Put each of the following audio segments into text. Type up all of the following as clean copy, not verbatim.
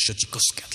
Xochicóscatl.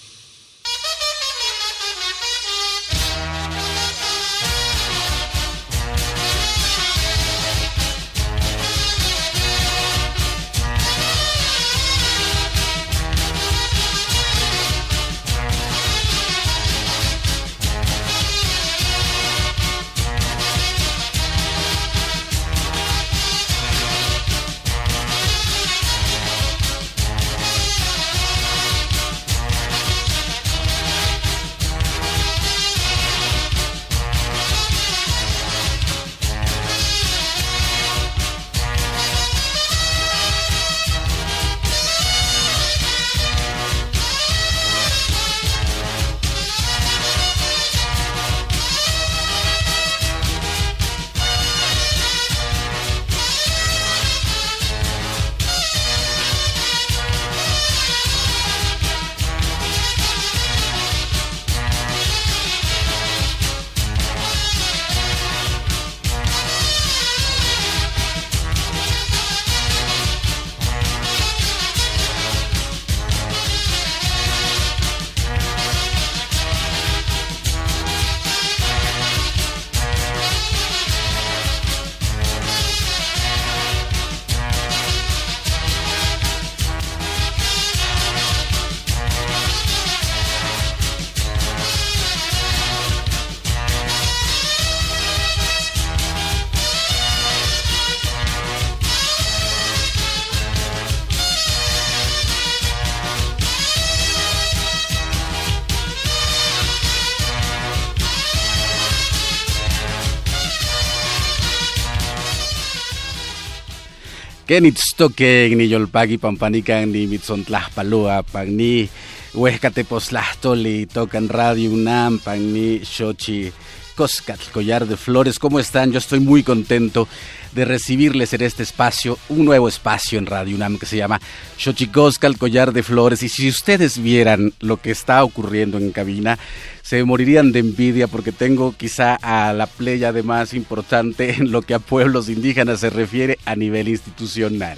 Kenitztoque ni yolpagi pampanican ni mitzontlajpaloa pan ni huescateposlahtoli tocan Radio UNAM pan ni Xochicóscatl, Collar de Flores. ¿Cómo están? Yo estoy muy contento de recibirles en este espacio, un nuevo espacio en Radio UNAM que se llama Xochicóscatl, Collar de Flores. Y si ustedes vieran lo que está ocurriendo en cabina, se morirían de envidia porque tengo quizá a la pléyade más importante en lo que a pueblos indígenas se refiere a nivel institucional.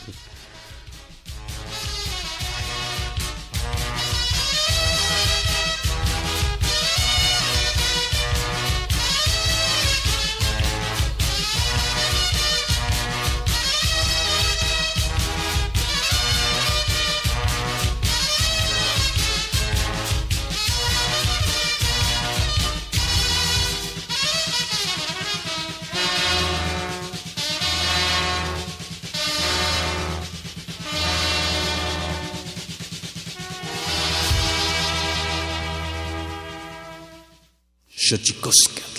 Xochicóscatl.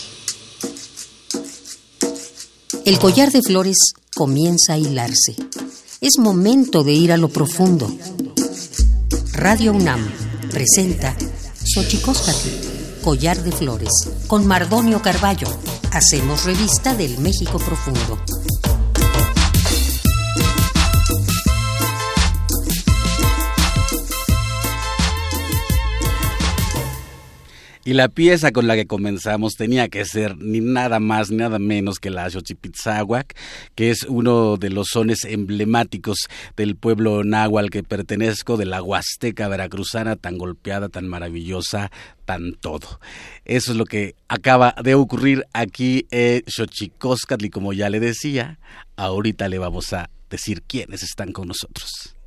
El collar de flores comienza a hilarse. Es momento de ir a lo profundo. Radio UNAM presenta Xochicóscatl, Collar de Flores, con Mardonio Carballo. Hacemos revista del México profundo. Y la pieza con la que comenzamos tenía que ser ni nada más ni nada menos que la Xochipitzáhuac, que es uno de los sones emblemáticos del pueblo náhuatl que pertenezco, de la Huasteca veracruzana, tan golpeada, tan maravillosa, tan todo. Eso es lo que acaba de ocurrir aquí en Xochicóscatl, y como ya le decía, ahorita le vamos a decir quiénes están con nosotros.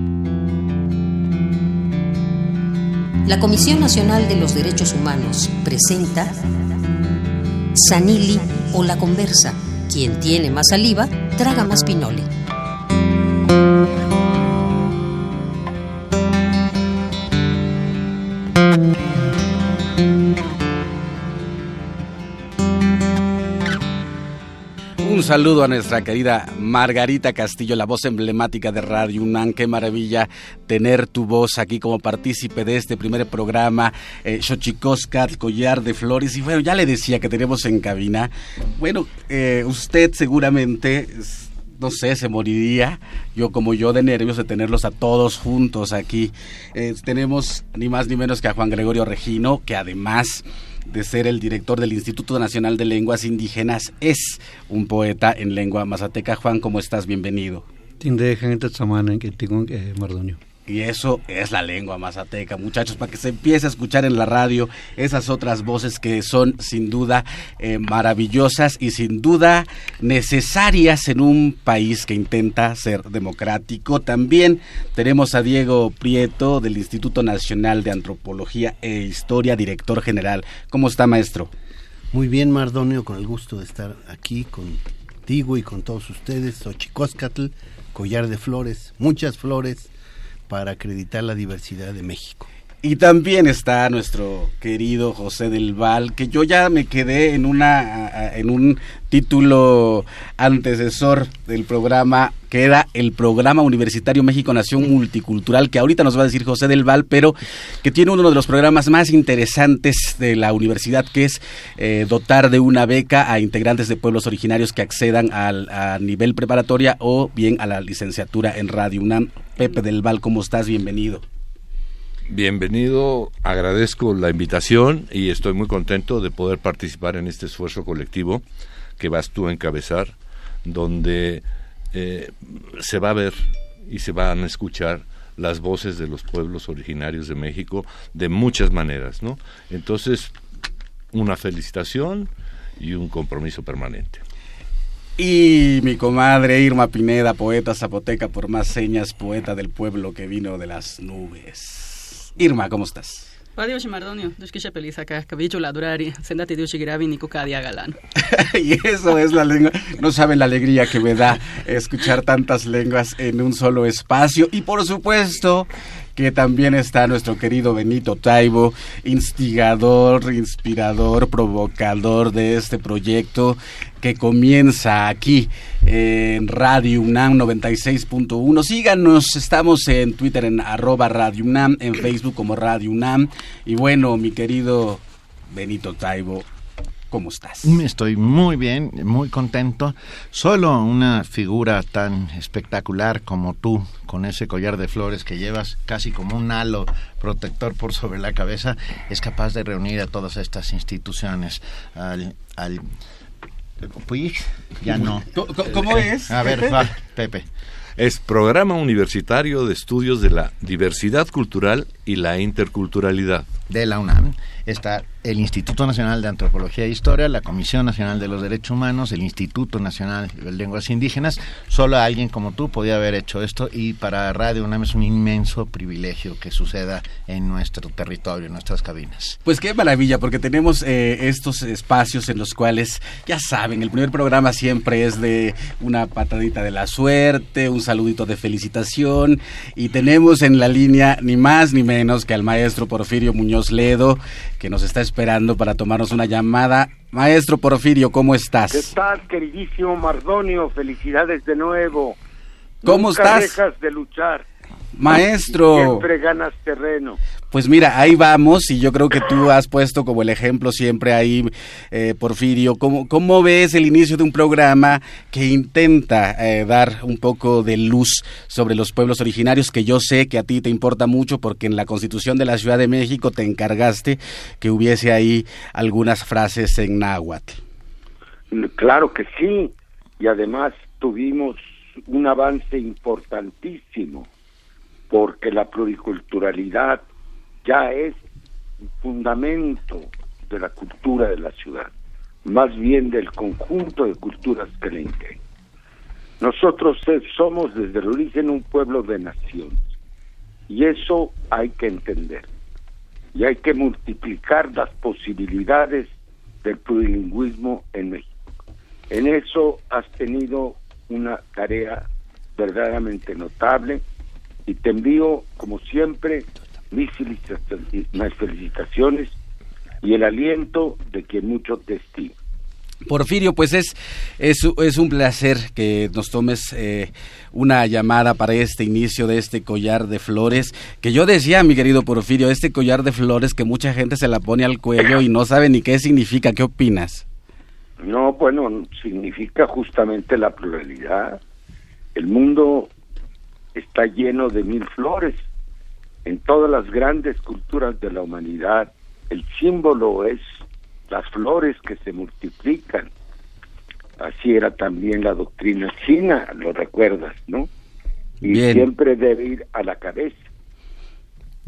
La Comisión Nacional de los Derechos Humanos presenta Sanili o La Conversa. Quien tiene más saliva, traga más pinole. Un saludo a nuestra querida Margarita Castillo, la voz emblemática de Radio UNAM. Qué maravilla tener tu voz aquí como partícipe de este primer programa, Xochicóscatl, Collar de Flores. Y bueno, ya le decía que tenemos en cabina, bueno, usted seguramente, no sé, se moriría, yo como yo, de nervios de tenerlos a todos juntos aquí. Tenemos ni más ni menos que a Juan Gregorio Regino, que además de ser el director del Instituto Nacional de Lenguas Indígenas, es un poeta en lengua mazateca. Juan, ¿cómo estás? Bienvenido. Mardonio. Y eso es la lengua mazateca, muchachos, para que se empiece a escuchar en la radio esas otras voces que son sin duda maravillosas y sin duda necesarias en un país que intenta ser democrático. También tenemos a Diego Prieto del Instituto Nacional de Antropología e Historia, director general. ¿Cómo está, maestro? Muy bien, Mardonio, con el gusto de estar aquí contigo y con todos ustedes. Xochicóscatl, collar de flores, muchas flores, para acreditar la diversidad de México. Y también está nuestro querido José del Val, que yo ya me quedé en un título antecesor del programa, que era el Programa Universitario México Nación Multicultural, que ahorita nos va a decir José del Val, pero que tiene uno de los programas más interesantes de la universidad, que es dotar de una beca a integrantes de pueblos originarios que accedan a nivel preparatoria o bien a la licenciatura en Radio UNAM. Pepe del Val, ¿cómo estás? Bienvenido. Bienvenido, agradezco la invitación y estoy muy contento de poder participar en este esfuerzo colectivo que vas tú a encabezar, donde se va a ver y se van a escuchar las voces de los pueblos originarios de México de muchas maneras, ¿no? Entonces, una felicitación y un compromiso permanente. Y mi comadre Irma Pineda, poeta zapoteca por más señas, poeta del pueblo que vino de las nubes. Irma, ¿cómo estás? Adiós, Mardonio. Dushkisha peliza acá, cabillo la durari, sendati diushi girabi ni cucadia galán. Y eso es la lengua. No saben la alegría que me da escuchar tantas lenguas en un solo espacio. Y por supuesto que también está nuestro querido Benito Taibo, instigador, inspirador, provocador de este proyecto que comienza aquí en Radio UNAM 96.1. Síganos, estamos en Twitter en @Radio UNAM, en Facebook como Radio UNAM. Y bueno, mi querido Benito Taibo, ¿cómo estás? Estoy muy bien, muy contento. Solo una figura tan espectacular como tú, con ese collar de flores que llevas casi como un halo protector por sobre la cabeza, es capaz de reunir a todas estas instituciones. Pues ya no. ¿Cómo es? A ver, va, Pepe. Es Programa Universitario de Estudios de la Diversidad Cultural y la Interculturalidad. De la UNAM está el Instituto Nacional de Antropología e Historia, la Comisión Nacional de los Derechos Humanos, el Instituto Nacional de Lenguas Indígenas. Solo alguien como tú podía haber hecho esto, y para Radio UNAM es un inmenso privilegio que suceda en nuestro territorio, en nuestras cabinas. Pues qué maravilla, porque tenemos estos espacios en los cuales, ya saben, el primer programa siempre es de una patadita de la suerte, un saludito de felicitación, y tenemos en la línea ni más ni menos que al maestro Porfirio Muñoz Ledo, que nos está esperando para tomarnos una llamada. Maestro Porfirio, ¿cómo estás? ¿Qué tal, queridísimo Mardonio? Felicidades de nuevo. ¿Cómo Nunca estás? dejas de luchar. Maestro. Siempre ganas terreno. Pues mira, ahí vamos, y yo creo que tú has puesto como el ejemplo siempre ahí, Porfirio. ¿Cómo ves el inicio de un programa que intenta dar un poco de luz sobre los pueblos originarios, que yo sé que a ti te importa mucho, porque en la Constitución de la Ciudad de México te encargaste que hubiese ahí algunas frases en náhuatl? Claro que sí, y además tuvimos un avance importantísimo, porque la pluriculturalidad ya es fundamento de la cultura de la ciudad, más bien del conjunto de culturas que la integran. Nosotros somos desde el origen un pueblo de naciones, y eso hay que entender, y hay que multiplicar las posibilidades del plurilingüismo en México. En eso has tenido una tarea verdaderamente notable, y te envío, como siempre, mis felicitaciones y el aliento de quien mucho te estima. Porfirio, pues es un placer que nos tomes una llamada para este inicio de este collar de flores, que yo decía, mi querido Porfirio, este collar de flores que mucha gente se la pone al cuello y no sabe ni qué significa. ¿Qué opinas? No, bueno, significa justamente la pluralidad. El mundo está lleno de 1000 flores. En todas las grandes culturas de la humanidad, el símbolo es las flores que se multiplican. Así era también la doctrina china, lo recuerdas, ¿no? Y bien, siempre debe ir a la cabeza.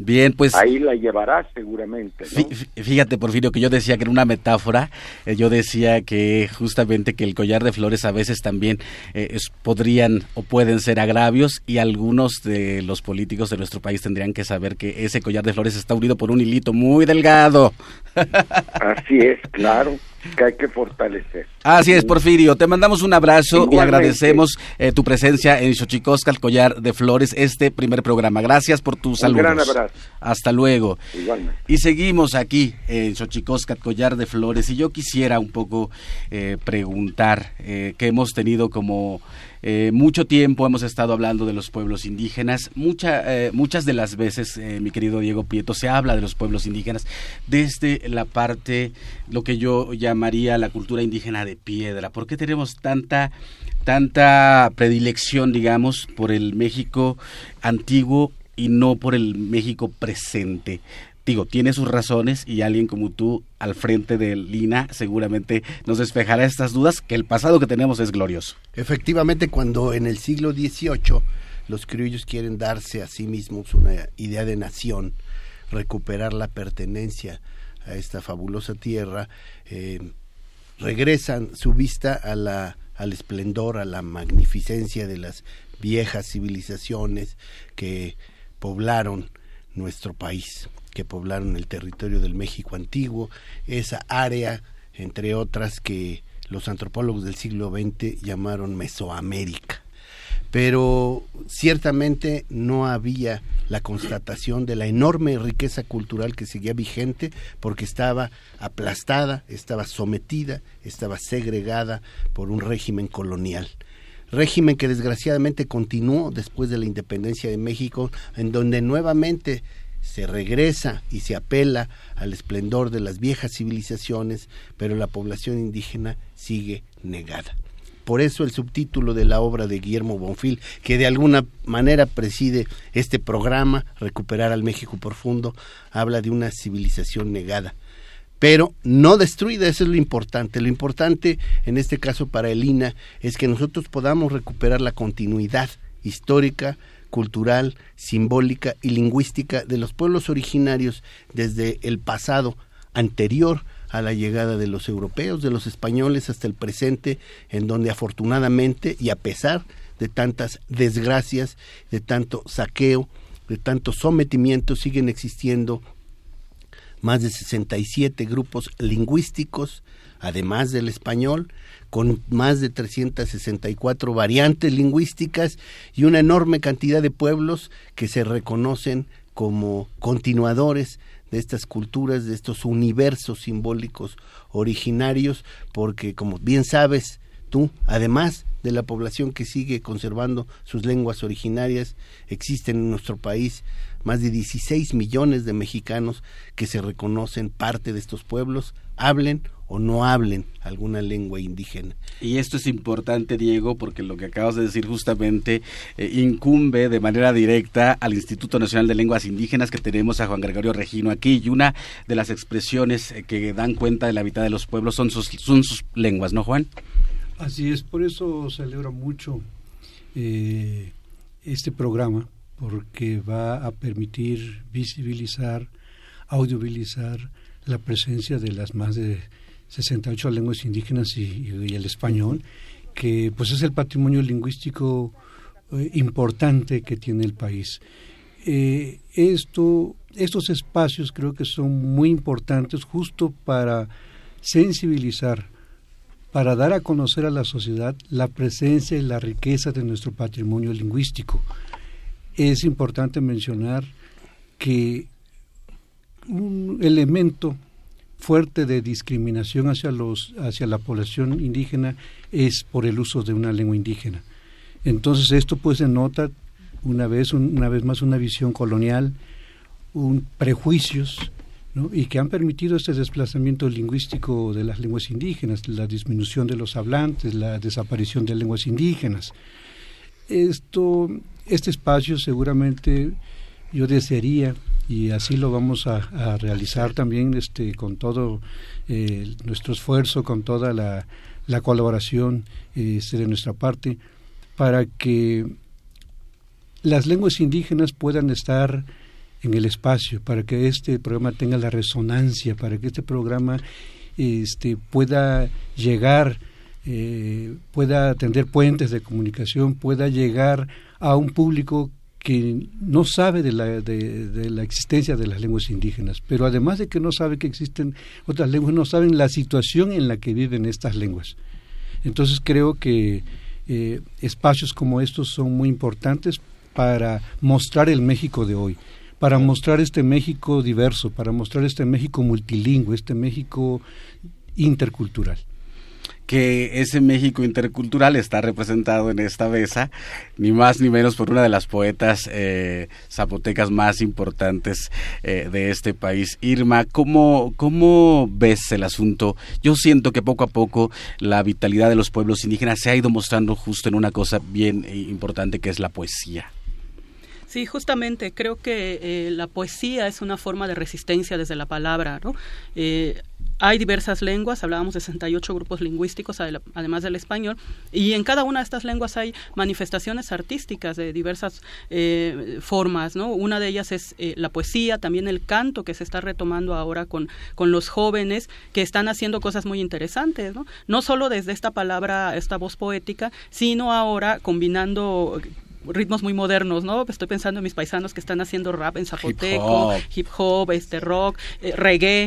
Bien, pues ahí la llevará seguramente, ¿no? Fíjate, Porfirio, que yo decía que era una metáfora. Yo decía que justamente que el collar de flores a veces también podrían o pueden ser agravios, y algunos de los políticos de nuestro país tendrían que saber que ese collar de flores está unido por un hilito muy delgado. Así es, claro, que hay que fortalecer. Así es, Porfirio, te mandamos un abrazo. Igualmente. Y agradecemos tu presencia en Xochicóscatl, Collar de Flores, este primer programa. Gracias por tus saludos. Un gran abrazo. Hasta luego. Igualmente. Y seguimos aquí en Xochicóscatl, Collar de Flores, y yo quisiera un poco preguntar, que hemos tenido como mucho tiempo, hemos estado hablando de los pueblos indígenas. Muchas de las veces, mi querido Diego Prieto, se habla de los pueblos indígenas desde la parte, lo que yo llamaría la cultura indígena de piedra. ¿Por qué tenemos tanta predilección, digamos, por el México antiguo y no por el México presente? Digo, tiene sus razones, y alguien como tú al frente del INAH seguramente nos despejará estas dudas, que el pasado que tenemos es glorioso. Efectivamente, cuando en el siglo XVIII los criollos quieren darse a sí mismos una idea de nación, recuperar la pertenencia a esta fabulosa tierra, regresan su vista al esplendor, a la magnificencia de las viejas civilizaciones que poblaron nuestro país, que poblaron el territorio del México antiguo, esa área, entre otras, que los antropólogos del siglo XX llamaron Mesoamérica. Pero ciertamente no había la constatación de la enorme riqueza cultural que seguía vigente, porque estaba aplastada, estaba sometida, estaba segregada por un régimen colonial. Régimen que desgraciadamente continuó después de la independencia de México, en donde nuevamente se regresa y se apela al esplendor de las viejas civilizaciones, pero la población indígena sigue negada. Por eso el subtítulo de la obra de Guillermo Bonfil, que de alguna manera preside este programa, Recuperar al México Profundo, habla de una civilización negada, pero no destruida. Eso es lo importante. Lo importante en este caso para el INAH es que nosotros podamos recuperar la continuidad histórica, cultural, simbólica y lingüística de los pueblos originarios desde el pasado anterior a la llegada de los europeos, de los españoles, hasta el presente, en donde afortunadamente, y a pesar de tantas desgracias, de tanto saqueo, de tanto sometimiento, siguen existiendo más de 67 grupos lingüísticos, además del español, con más de 364 variantes lingüísticas y una enorme cantidad de pueblos que se reconocen como continuadores de estas culturas, de estos universos simbólicos originarios, porque como bien sabes tú, además de la población que sigue conservando sus lenguas originarias, existen en nuestro país más de 16 millones de mexicanos que se reconocen parte de estos pueblos, hablen o no hablen alguna lengua indígena. Y esto es importante, Diego, porque lo que acabas de decir justamente incumbe de manera directa al Instituto Nacional de Lenguas Indígenas, que tenemos a Juan Gregorio Regino aquí, y una de las expresiones que dan cuenta de la vida de los pueblos son sus lenguas, ¿no, Juan? Así es, por eso celebro mucho este programa, porque va a permitir visibilizar, audiovisualizar la presencia de las más de 68 lenguas indígenas y el español, que pues es el patrimonio lingüístico importante que tiene el país. Estos espacios creo que son muy importantes justo para sensibilizar, para dar a conocer a la sociedad la presencia y la riqueza de nuestro patrimonio lingüístico. Es importante mencionar que un elemento fuerte de discriminación hacia la población indígena es por el uso de una lengua indígena. Entonces esto pues denota una vez más una visión colonial, prejuicios, ¿no? Y que han permitido este desplazamiento lingüístico de las lenguas indígenas, la disminución de los hablantes, la desaparición de lenguas indígenas. Este espacio seguramente yo desearía, y así lo vamos a realizar también con todo nuestro esfuerzo, con toda la colaboración de nuestra parte, para que las lenguas indígenas puedan estar en el espacio, para que este programa tenga la resonancia, para que este programa pueda llegar, pueda tender puentes de comunicación, pueda llegar a un público que no sabe de la existencia de las lenguas indígenas, pero además de que no sabe que existen otras lenguas, no saben la situación en la que viven estas lenguas. Entonces creo que espacios como estos son muy importantes para mostrar el México de hoy, para mostrar este México diverso, para mostrar este México multilingüe, este México intercultural. Que ese México intercultural está representado en esta mesa, ni más ni menos por una de las poetas zapotecas más importantes de este país. Irma, ¿cómo ves el asunto? Yo siento que poco a poco la vitalidad de los pueblos indígenas se ha ido mostrando justo en una cosa bien importante, que es la poesía. Sí, justamente, creo que la poesía es una forma de resistencia desde la palabra, ¿no? Hay diversas lenguas, hablábamos de 68 grupos lingüísticos, además del español, y en cada una de estas lenguas hay manifestaciones artísticas de diversas formas, ¿no? Una de ellas es la poesía, también el canto, que se está retomando ahora con los jóvenes, que están haciendo cosas muy interesantes, ¿no? No solo desde esta palabra, esta voz poética, sino ahora combinando ritmos muy modernos, ¿no? Estoy pensando en mis paisanos que están haciendo rap en zapoteco, hip hop, rock, reggae,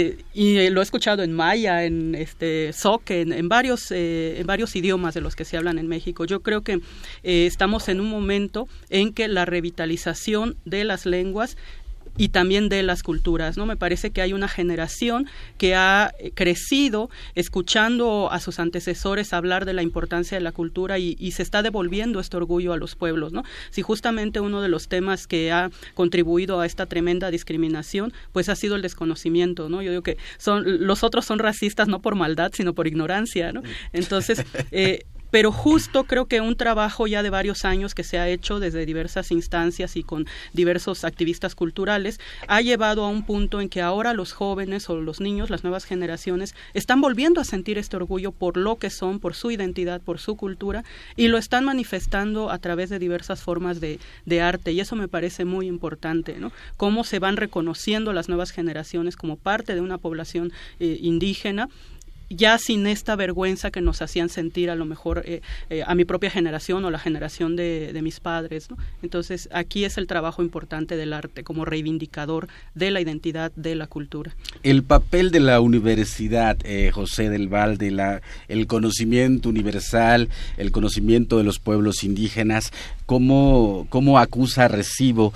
y lo he escuchado en maya, en zoque, en varios idiomas de los que se hablan en México. Yo creo que estamos en un momento en que la revitalización de las lenguas y también de las culturas, ¿no? Me parece que hay una generación que ha crecido escuchando a sus antecesores hablar de la importancia de la cultura y se está devolviendo este orgullo a los pueblos, ¿no? Si justamente uno de los temas que ha contribuido a esta tremenda discriminación, pues ha sido el desconocimiento, ¿no? Yo digo que los otros son racistas no por maldad, sino por ignorancia, ¿no? Entonces, pero justo creo que un trabajo ya de varios años que se ha hecho desde diversas instancias y con diversos activistas culturales ha llevado a un punto en que ahora los jóvenes o los niños, las nuevas generaciones, están volviendo a sentir este orgullo por lo que son, por su identidad, por su cultura, y lo están manifestando a través de diversas formas de arte, y eso me parece muy importante, ¿no? Cómo se van reconociendo las nuevas generaciones como parte de una población indígena, ya sin esta vergüenza que nos hacían sentir a lo mejor a mi propia generación o la generación de mis padres, ¿no? Entonces aquí es el trabajo importante del arte como reivindicador de la identidad, de la cultura. El papel de la universidad, José del Valde, el conocimiento universal, el conocimiento de los pueblos indígenas, ¿cómo acusa recibo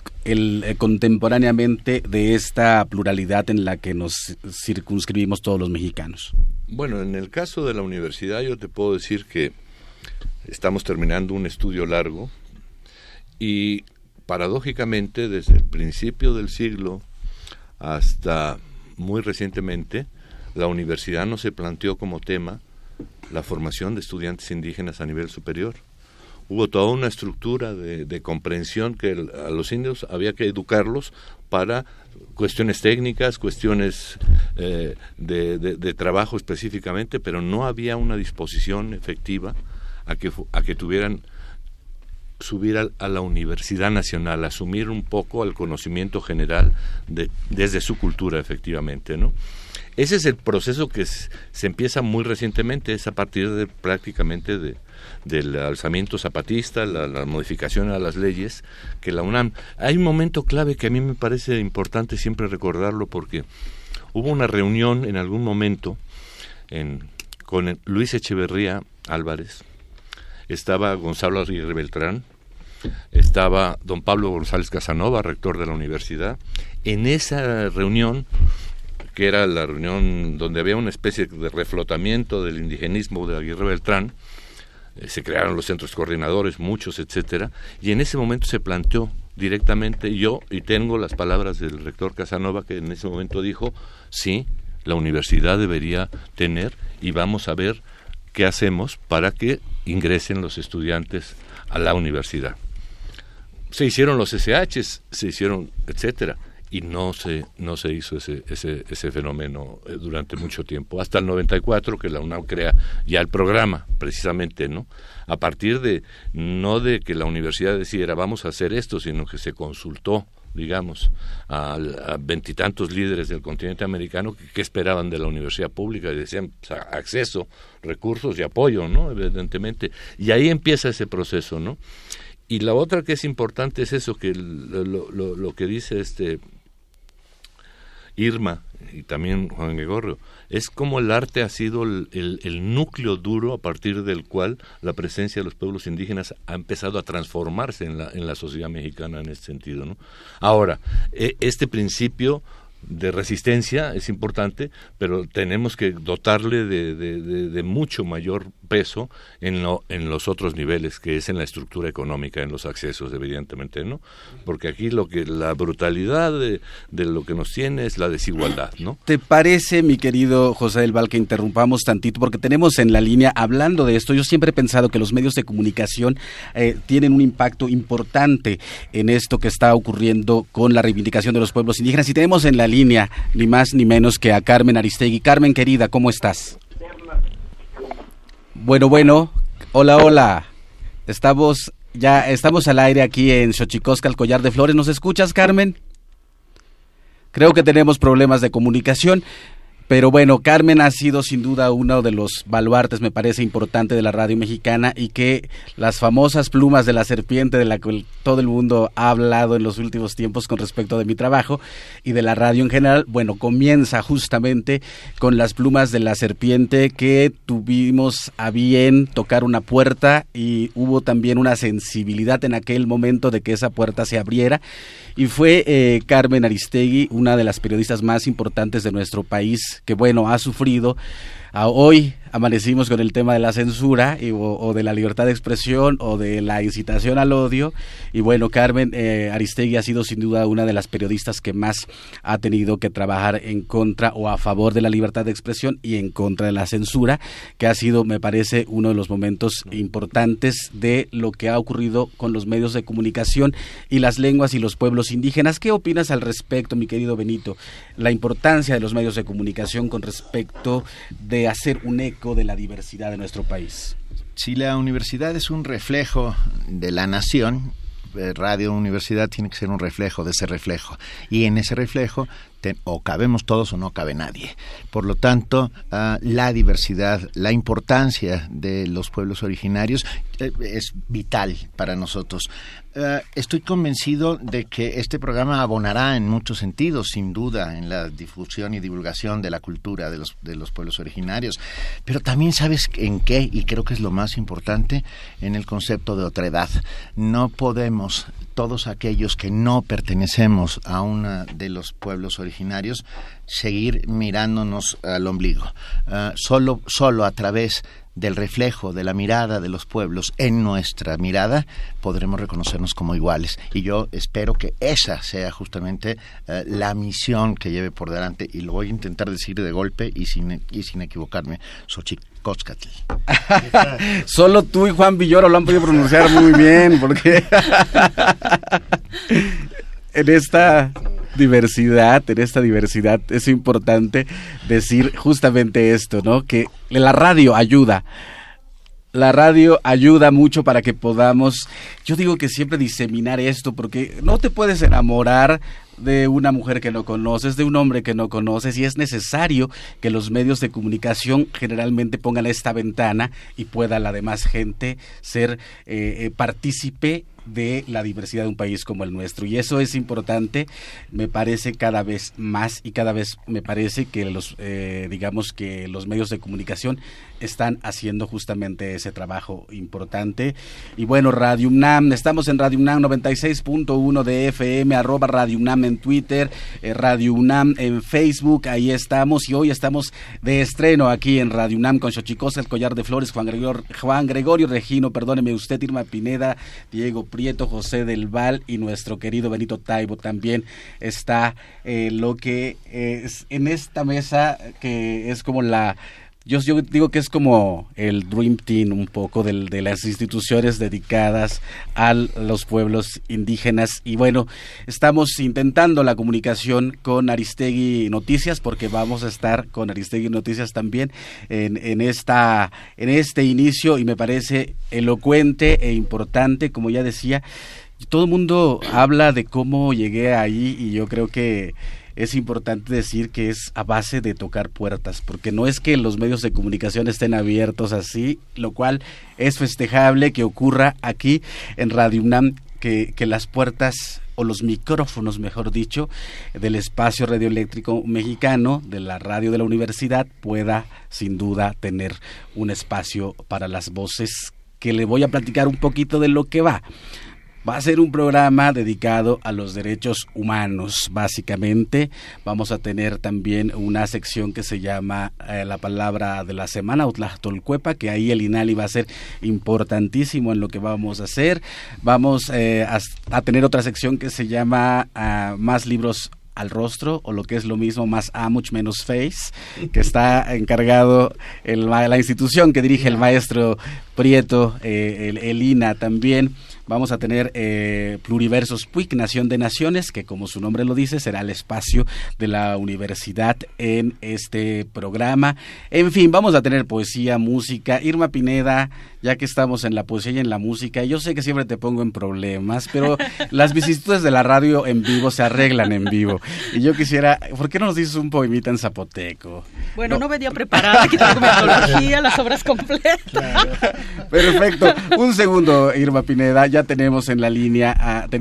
contemporáneamente de esta pluralidad en la que nos circunscribimos todos los mexicanos? Bueno, en el caso de la universidad yo te puedo decir que estamos terminando un estudio largo y paradójicamente desde el principio del siglo hasta muy recientemente la universidad no se planteó como tema la formación de estudiantes indígenas a nivel superior. Hubo toda una estructura de comprensión que a los indios había que educarlos para cuestiones técnicas, cuestiones de trabajo específicamente, pero no había una disposición efectiva a que tuvieran subir a la Universidad Nacional, asumir un poco el conocimiento general desde su cultura, efectivamente, ¿no? Ese es el proceso que se empieza muy recientemente, es a partir de prácticamente del alzamiento zapatista, la modificación a las leyes, que la UNAM... Hay un momento clave que a mí me parece importante siempre recordarlo, porque hubo una reunión en algún momento con Luis Echeverría Álvarez, estaba Gonzalo Aguirre Beltrán, estaba don Pablo González Casanova, rector de la universidad. En esa reunión, que era la reunión donde había una especie de reflotamiento del indigenismo de Aguirre Beltrán, se crearon los centros coordinadores, muchos, etcétera, y en ese momento se planteó directamente, y tengo las palabras del rector Casanova, que en ese momento dijo, sí, la universidad debería tener, y vamos a ver qué hacemos para que ingresen los estudiantes a la universidad. Se hicieron los SHs, se hicieron, etcétera, y no se hizo ese fenómeno durante mucho tiempo, hasta el 94, que la UNAM crea ya el programa, precisamente, ¿no? A partir no de que la universidad decidiera vamos a hacer esto, sino que se consultó digamos, a veintitantos líderes del continente americano que esperaban de la universidad pública y decían acceso, recursos y apoyo, ¿no? Evidentemente. Y ahí empieza ese proceso, ¿no? Y la otra que es importante es eso, que lo que dice Irma y también Juan Gregorio, es como el arte ha sido el núcleo duro a partir del cual la presencia de los pueblos indígenas ha empezado a transformarse en la sociedad mexicana en ese sentido, ¿no? Ahora, este principio de resistencia es importante, pero tenemos que dotarle de mucho mayor peso en los otros niveles, que es en la estructura económica, en los accesos, evidentemente, ¿no? Porque aquí la brutalidad de lo que nos tiene es la desigualdad, ¿no? ¿Te parece, mi querido José del Val, que interrumpamos tantito? Porque tenemos en la línea, hablando de esto, yo siempre he pensado que los medios de comunicación tienen un impacto importante en esto que está ocurriendo con la reivindicación de los pueblos indígenas, y tenemos en la línea ni más ni menos que a Carmen Aristegui. Carmen, querida, ¿cómo estás? Bueno, hola. Estamos al aire aquí en Xochicosca, el Collar de Flores. ¿Nos escuchas, Carmen? Creo que tenemos problemas de comunicación. Pero bueno, Carmen ha sido sin duda uno de los baluartes, me parece importante, de la radio mexicana, y que las famosas plumas de la serpiente, de la que todo el mundo ha hablado en los últimos tiempos con respecto de mi trabajo y de la radio en general, bueno, comienza justamente con las plumas de la serpiente, que tuvimos a bien tocar una puerta y hubo también una sensibilidad en aquel momento de que esa puerta se abriera, y fue Carmen Aristegui, una de las periodistas más importantes de nuestro país, que bueno, ha sufrido. Hoy amanecimos con el tema de la censura o de la libertad de expresión o de la incitación al odio, y bueno, Carmen Aristegui ha sido sin duda una de las periodistas que más ha tenido que trabajar en contra o a favor de la libertad de expresión y en contra de la censura, que ha sido, me parece, uno de los momentos importantes de lo que ha ocurrido con los medios de comunicación y las lenguas y los pueblos indígenas. ¿Qué opinas al respecto, mi querido Benito? La importancia de los medios de comunicación con respecto de hacer un eco de la diversidad de nuestro país. Si la universidad es un reflejo de la nación, Radio Universidad tiene que ser un reflejo de ese reflejo, y en ese reflejo o cabemos todos o no cabe nadie. Por lo tanto, la diversidad, la importancia de los pueblos originarios es vital para nosotros. Estoy convencido de que este programa abonará en muchos sentidos, sin duda, en la difusión y divulgación de la cultura de los pueblos originarios, pero también sabes en qué, y creo que es lo más importante, en el concepto de otredad. No podemos, todos aquellos que no pertenecemos a uno de los pueblos originarios, seguir mirándonos al ombligo. Solo a través del reflejo de la mirada de los pueblos en nuestra mirada podremos reconocernos como iguales, y yo espero que esa sea justamente la misión que lleve por delante, y lo voy a intentar decir de golpe y sin equivocarme: Xochicóscatl. Solo tú y Juan Villoro lo han podido pronunciar muy bien, porque en esta diversidad es importante decir justamente esto, ¿no? Que la radio ayuda mucho para que podamos, yo digo que siempre diseminar esto, porque no te puedes enamorar de una mujer que no conoces, de un hombre que no conoces, y es necesario que los medios de comunicación generalmente pongan esta ventana y pueda la demás gente ser partícipe de la diversidad de un país como el nuestro, y eso es importante, me parece, cada vez más, y cada vez me parece que digamos que los medios de comunicación están haciendo justamente ese trabajo importante. Y bueno, Radio UNAM, estamos en Radio UNAM 96.1 de FM, @Radio UNAM en Twitter, Radio UNAM en Facebook, ahí estamos, y hoy estamos de estreno aquí en Radio UNAM con Xochicosca, el Collar de Flores, Juan Gregorio Regino, perdóneme usted, Irma Pineda, Diego Prieto, José del Val y nuestro querido Benito Taibo también está, lo que es en esta mesa, que es como yo digo que es como el Dream Team un poco de las instituciones dedicadas a los pueblos indígenas. Y bueno, estamos intentando la comunicación con Aristegui Noticias, porque vamos a estar con Aristegui Noticias también en este inicio, y me parece elocuente e importante, como ya decía. todo el mundo habla de cómo llegué ahí y yo creo que es importante decir que es a base de tocar puertas, porque no es que los medios de comunicación estén abiertos así, lo cual es festejable que ocurra aquí en Radio UNAM, que las puertas o los micrófonos, mejor dicho, del espacio radioeléctrico mexicano, de la radio de la universidad, pueda sin duda tener un espacio para las voces, que le voy a platicar un poquito de lo que va. Va a ser un programa dedicado a los derechos humanos, básicamente. Vamos a tener también una sección que se llama la palabra de la semana, Utlahtolcuepa, que ahí el INALI va a ser importantísimo en lo que vamos a hacer. Vamos a tener otra sección que se llama Más libros al rostro, o lo que es lo mismo, más much menos face, que está encargado la institución que dirige el maestro Prieto, el INA también. Vamos a tener Pluriversos PUIC, Nación de Naciones, que como su nombre lo dice, será el espacio de la universidad en este programa. En fin, vamos a tener poesía, música. Irma Pineda, ya que estamos en la poesía y en la música, yo sé que siempre te pongo en problemas, pero las vicisitudes de la radio en vivo se arreglan en vivo. Y yo quisiera, ¿por qué no nos dices un poemita en zapoteco? Bueno, no venía preparada, aquí tengo metodología, las obras completas. Claro. Perfecto. Un segundo, Irma Pineda, ya tenemos en la línea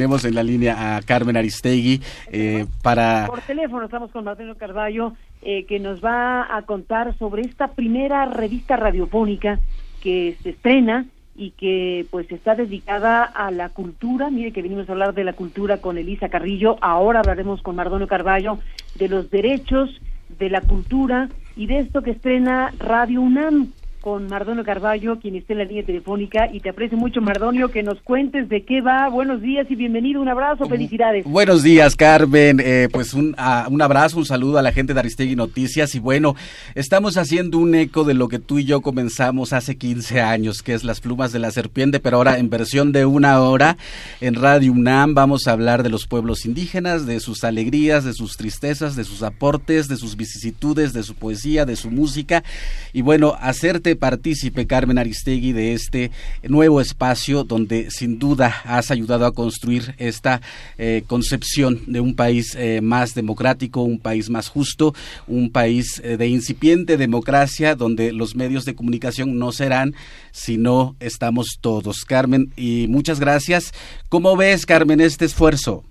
a Carmen Aristegui para... Por teléfono estamos con Martín Carballo, que nos va a contar sobre esta primera revista radiofónica que se estrena y que pues está dedicada a la cultura. Mire que venimos a hablar de la cultura con Elisa Carrillo, ahora hablaremos con Mardonio Carballo de los derechos de la cultura y de esto que estrena Radio UNAM con Mardonio Carballo, quien está en la línea telefónica, y te aprecio mucho, Mardonio, que nos cuentes de qué va. Buenos días y bienvenido, un abrazo, felicidades. Buenos días, Carmen, pues un abrazo, un saludo a la gente de Aristegui Noticias, y bueno, estamos haciendo un eco de lo que tú y yo comenzamos hace 15 años, que es Las Plumas de la Serpiente, pero ahora en versión de 1 hora, en Radio UNAM vamos a hablar de los pueblos indígenas, de sus alegrías, de sus tristezas, de sus aportes, de sus vicisitudes, de su poesía, de su música, y bueno, hacerte partícipe, Carmen Aristegui, de este nuevo espacio donde sin duda has ayudado a construir esta concepción de un país más democrático, un país más justo, un país de incipiente democracia donde los medios de comunicación no serán sino estamos todos. Carmen, y muchas gracias. ¿Cómo ves, Carmen, este esfuerzo?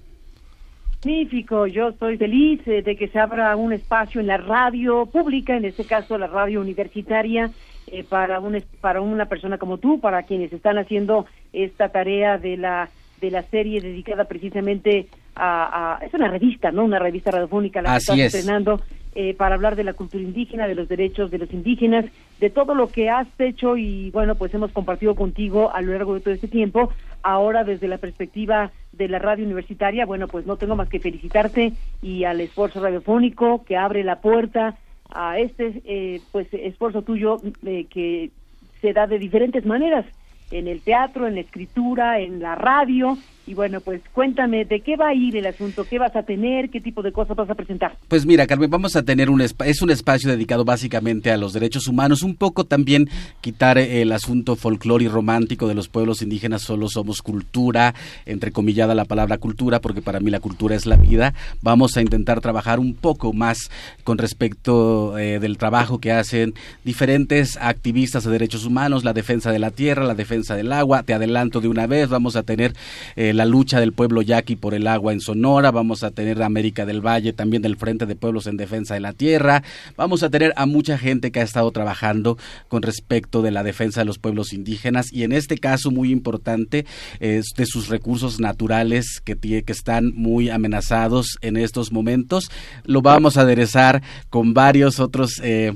Magnífico, yo estoy feliz de que se abra un espacio en la radio pública, en este caso la radio universitaria, para una persona como tú, para quienes están haciendo esta tarea de la serie dedicada precisamente es una revista, ¿no? Una revista radiofónica la que estás estrenando, para hablar de la cultura indígena, de los derechos de los indígenas, de todo lo que has hecho y bueno, pues hemos compartido contigo a lo largo de todo este tiempo. Ahora desde la perspectiva de la radio universitaria, bueno, pues no tengo más que felicitarte y al esfuerzo radiofónico que abre la puerta a este pues esfuerzo tuyo que se da de diferentes maneras, en el teatro, en la escritura, en la radio. Y bueno, pues cuéntame, ¿de qué va a ir el asunto? ¿Qué vas a tener? ¿Qué tipo de cosas vas a presentar? Pues mira, Carmen, vamos a tener un espacio dedicado básicamente a los derechos humanos, un poco también quitar el asunto folclore y romántico de los pueblos indígenas, solo somos cultura, entrecomillada la palabra cultura, porque para mí la cultura es la vida. Vamos a intentar trabajar un poco más con respecto del trabajo que hacen diferentes activistas de derechos humanos, la defensa de la tierra, la defensa del agua. Te adelanto de una vez, vamos a tener la lucha del pueblo yaqui por el agua en Sonora, vamos a tener a América del Valle también del Frente de Pueblos en Defensa de la Tierra, vamos a tener a mucha gente que ha estado trabajando con respecto de la defensa de los pueblos indígenas y en este caso muy importante de sus recursos naturales que están muy amenazados en estos momentos. Lo vamos a aderezar con varios otros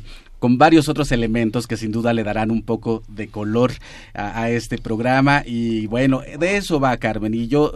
elementos que sin duda le darán un poco de color a este programa y bueno, de eso va, Carmen, y yo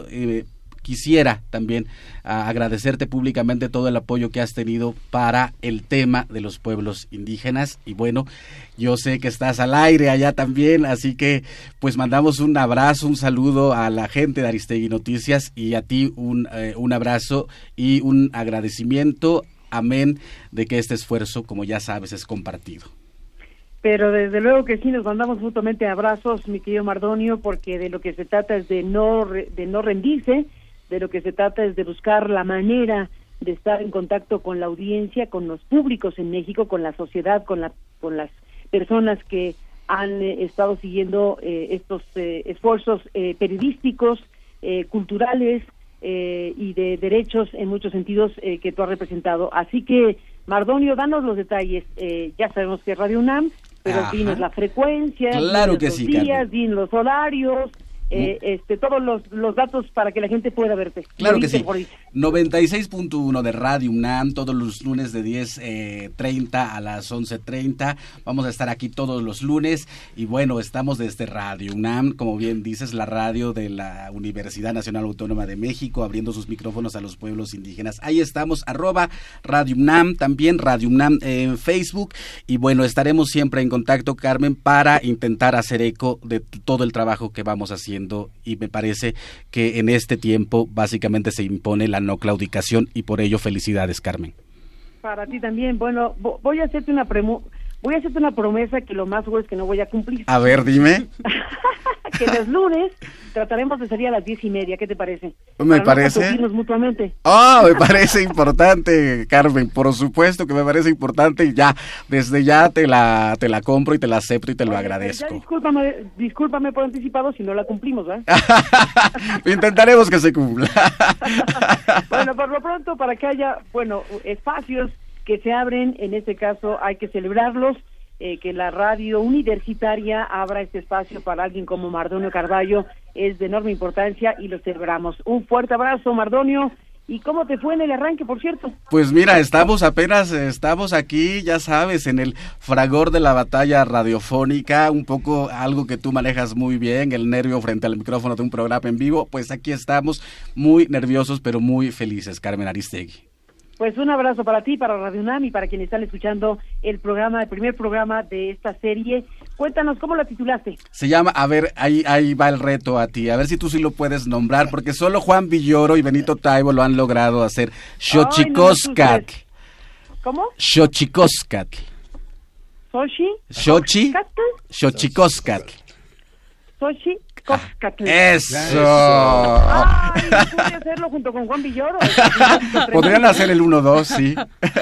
quisiera también agradecerte públicamente todo el apoyo que has tenido para el tema de los pueblos indígenas y bueno, yo sé que estás al aire allá también, así que pues mandamos un abrazo, un saludo a la gente de Aristegui Noticias y a ti un abrazo y un agradecimiento. Amén de que este esfuerzo, como ya sabes, es compartido. Pero desde luego que sí, nos mandamos mutuamente abrazos, mi querido Mardonio, porque de lo que se trata es de no rendirse, de lo que se trata es de buscar la manera de estar en contacto con la audiencia, con los públicos en México, con la sociedad, con las personas que han estado siguiendo estos esfuerzos periodísticos, culturales y de derechos en muchos sentidos que tú has representado. Así que, Mardonio, danos los detalles. Ya sabemos que es Radio UNAM, pero dinos la frecuencia, claro que los sí, días, dinos los horarios, todos los datos para que la gente pueda verte. Claro que sí. 96.1 de Radio UNAM, todos los lunes de 10:30 a las 11:30. Vamos a estar aquí todos los lunes. Y bueno, estamos desde Radio UNAM, como bien dices, la radio de la Universidad Nacional Autónoma de México, abriendo sus micrófonos a los pueblos indígenas. Ahí estamos, @Radio UNAM, también Radio UNAM en Facebook. Y bueno, estaremos siempre en contacto, Carmen, para intentar hacer eco de todo el trabajo que vamos haciendo. Y me parece que en este tiempo básicamente se impone la no claudicación y por ello felicidades, Carmen. Para ti también. Bueno, voy a hacerte una promesa que lo más seguro es que no voy a cumplir. A ver, dime. Que los lunes trataremos de salir a las 10:30, ¿qué te parece? Me parece. Mutuamente. Me parece importante, Carmen, por supuesto que me parece importante y ya, desde ya te la compro y te la acepto y te lo agradezco. Ya discúlpame por anticipado si no la cumplimos, ¿eh? Intentaremos que se cumpla. Bueno, por lo pronto, para que haya, espacios que se abren, en este caso hay que celebrarlos, que la radio universitaria abra este espacio para alguien como Mardonio Carballo es de enorme importancia y lo celebramos. Un fuerte abrazo, Mardonio. ¿Y cómo te fue en el arranque, por cierto? Pues mira, estamos aquí, ya sabes, en el fragor de la batalla radiofónica, un poco algo que tú manejas muy bien, el nervio frente al micrófono de un programa en vivo. Pues aquí estamos muy nerviosos, pero muy felices, Carmen Aristegui. Pues un abrazo para ti, para Radio UNAM y para quienes están escuchando el primer programa de esta serie. Cuéntanos, ¿cómo la titulaste? Se llama, a ver, ahí va el reto a ti, a ver si tú sí lo puedes nombrar, porque solo Juan Villoro y Benito Taibo lo han logrado hacer. Xochicóscatl. ¿Cómo? Xochicóscatl. Xochicóscatl. Xochicóscatl. ¡Eso! ¡Ay! Pude hacerlo junto con Juan Villoro. Podrían hacer el 1-2, sí.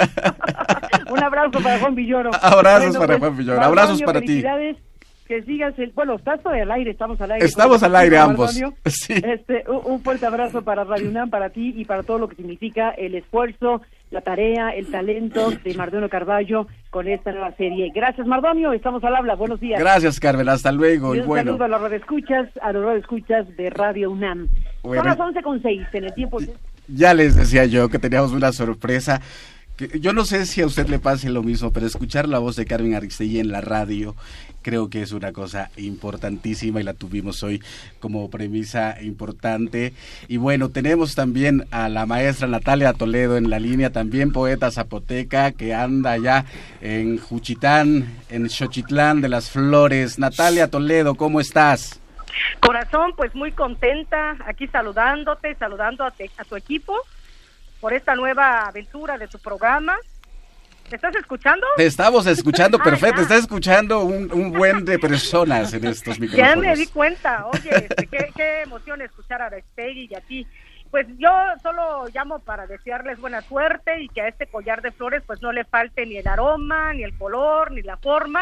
Un abrazo para Juan Villoro. Abrazos para Juan Villoro. Abrazos para ti. Que sigas estás todavía al aire, estamos al aire. Estamos al aire ambos. Sí. Un fuerte abrazo para Radio UNAM, para ti y para todo lo que significa el esfuerzo, la tarea, el talento de Mardonio Carballo con esta nueva serie. Gracias, Mardonio, estamos al habla, buenos días. Gracias, Carmen, hasta luego. Y un saludo a los radioescuchas de Radio UNAM. Son las 11:06 en el tiempo. Ya les decía yo que teníamos una sorpresa. Yo no sé si a usted le pase lo mismo, pero escuchar la voz de Carmen Aristegui en la radio creo que es una cosa importantísima y la tuvimos hoy como premisa importante. Y bueno, tenemos también a la maestra Natalia Toledo en la línea, también poeta zapoteca que anda allá en Juchitán, en Xochitlán de las Flores. Natalia Toledo, ¿cómo estás? Corazón, pues muy contenta, aquí saludándote, saludando a tu equipo por esta nueva aventura de tu programa. ¿Me estás escuchando? Te estamos escuchando, perfecto. Estás escuchando un buen de personas en estos micrófonos. Ya me di cuenta. Oye, qué emoción escuchar a Aristegui y a ti. Pues yo solo llamo para desearles buena suerte y que a este collar de flores pues no le falte ni el aroma, ni el color, ni la forma.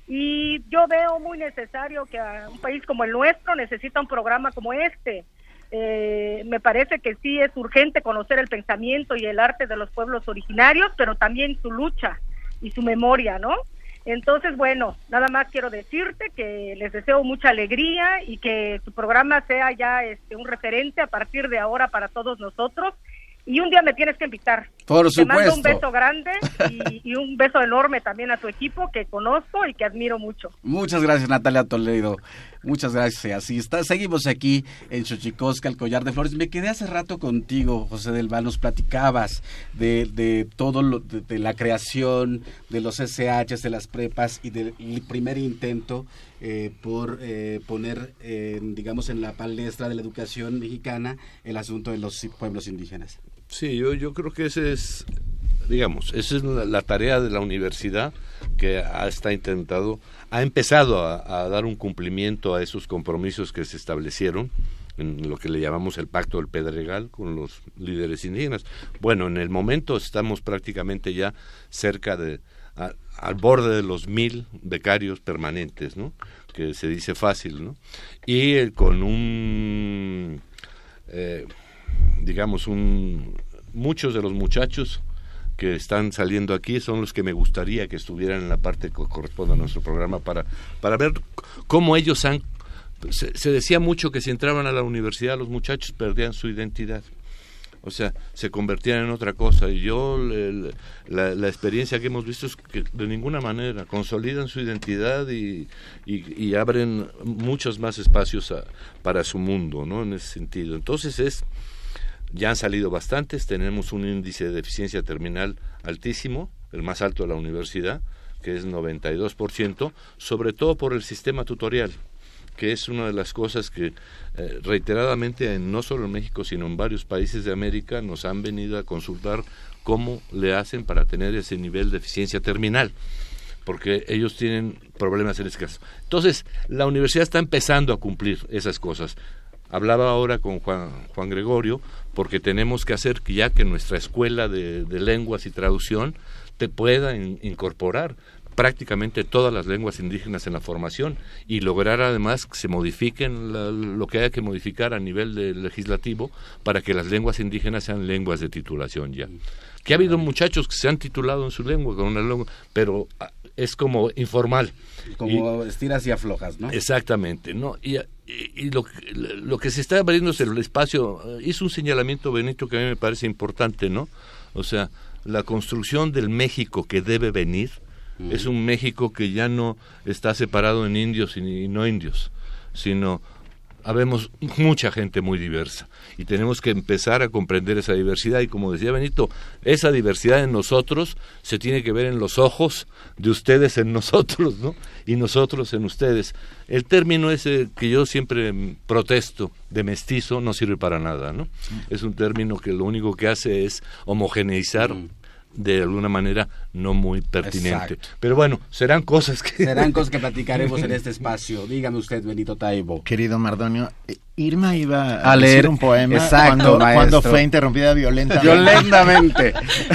Y yo veo muy necesario que a un país como el nuestro necesita un programa como este. Me parece que sí es urgente conocer el pensamiento y el arte de los pueblos originarios, pero también su lucha y su memoria, ¿no? Entonces, bueno, nada más quiero decirte que les deseo mucha alegría y que tu programa sea ya un referente a partir de ahora para todos nosotros. Y un día me tienes que invitar. Por supuesto. Te mando un beso grande y un beso enorme también a tu equipo que conozco y que admiro mucho. Muchas gracias, Natalia Toledo. Muchas gracias. Así está. Seguimos aquí en Xochicóscatl, el collar de flores. Me quedé hace rato contigo, José del Val. Nos platicabas de todo de la creación de los SHs, de las prepas y del primer intento por poner, digamos, en la palestra de la educación mexicana el asunto de los pueblos indígenas. Sí, yo creo que ese es digamos, esa es la tarea de la universidad, que ha empezado a dar un cumplimiento a esos compromisos que se establecieron en lo que le llamamos el Pacto del Pedregal con los líderes indígenas. Bueno, en el momento estamos prácticamente ya cerca al borde de los 1,000 becarios permanentes, ¿no? Que se dice fácil, ¿no? Y con muchos de los muchachos que están saliendo aquí son los que me gustaría que estuvieran en la parte que corresponde a nuestro programa para ver cómo ellos se decía mucho que si entraban a la universidad los muchachos perdían su identidad, o sea, se convertían en otra cosa, y yo la experiencia que hemos visto es que de ninguna manera consolidan su identidad y abren muchos más espacios para su mundo, ¿no? En ese sentido. Entonces ya han salido bastantes, tenemos un índice de deficiencia terminal altísimo, el más alto de la universidad, que es 92%, sobre todo por el sistema tutorial, que es una de las cosas que reiteradamente, no solo en México, sino en varios países de América, nos han venido a consultar cómo le hacen para tener ese nivel de eficiencia terminal, porque ellos tienen problemas en ese caso. Entonces, la universidad está empezando a cumplir esas cosas. Hablaba ahora con Juan Gregorio, porque tenemos que hacer que ya que nuestra escuela de lenguas y traducción te pueda incorporar prácticamente todas las lenguas indígenas en la formación y lograr además que se modifiquen lo que haya que modificar a nivel legislativo para que las lenguas indígenas sean lenguas de titulación ya. Que ha habido muchachos que se han titulado en su lengua, con una lengua, pero es como informal. Como estiras y aflojas, ¿no? Exactamente, ¿no? Y lo que se está abriendo es el espacio. Hizo un señalamiento Benito que a mí me parece importante, ¿no? O sea, la construcción del México que debe venir es un México que ya no está separado en indios y no indios, sino habemos mucha gente muy diversa y tenemos que empezar a comprender esa diversidad, y como decía Benito, esa diversidad en nosotros se tiene que ver en los ojos de ustedes en nosotros, ¿no? Y nosotros en ustedes. El término ese que yo siempre protesto de mestizo no sirve para nada, ¿no? Es un término que lo único que hace es homogeneizar de alguna manera no muy pertinente. Exacto. Pero bueno, serán cosas que platicaremos en este espacio. Dígame usted, Benito Taibo. Querido Mardonio, Irma iba a leer un poema cuando fue interrumpida violentamente.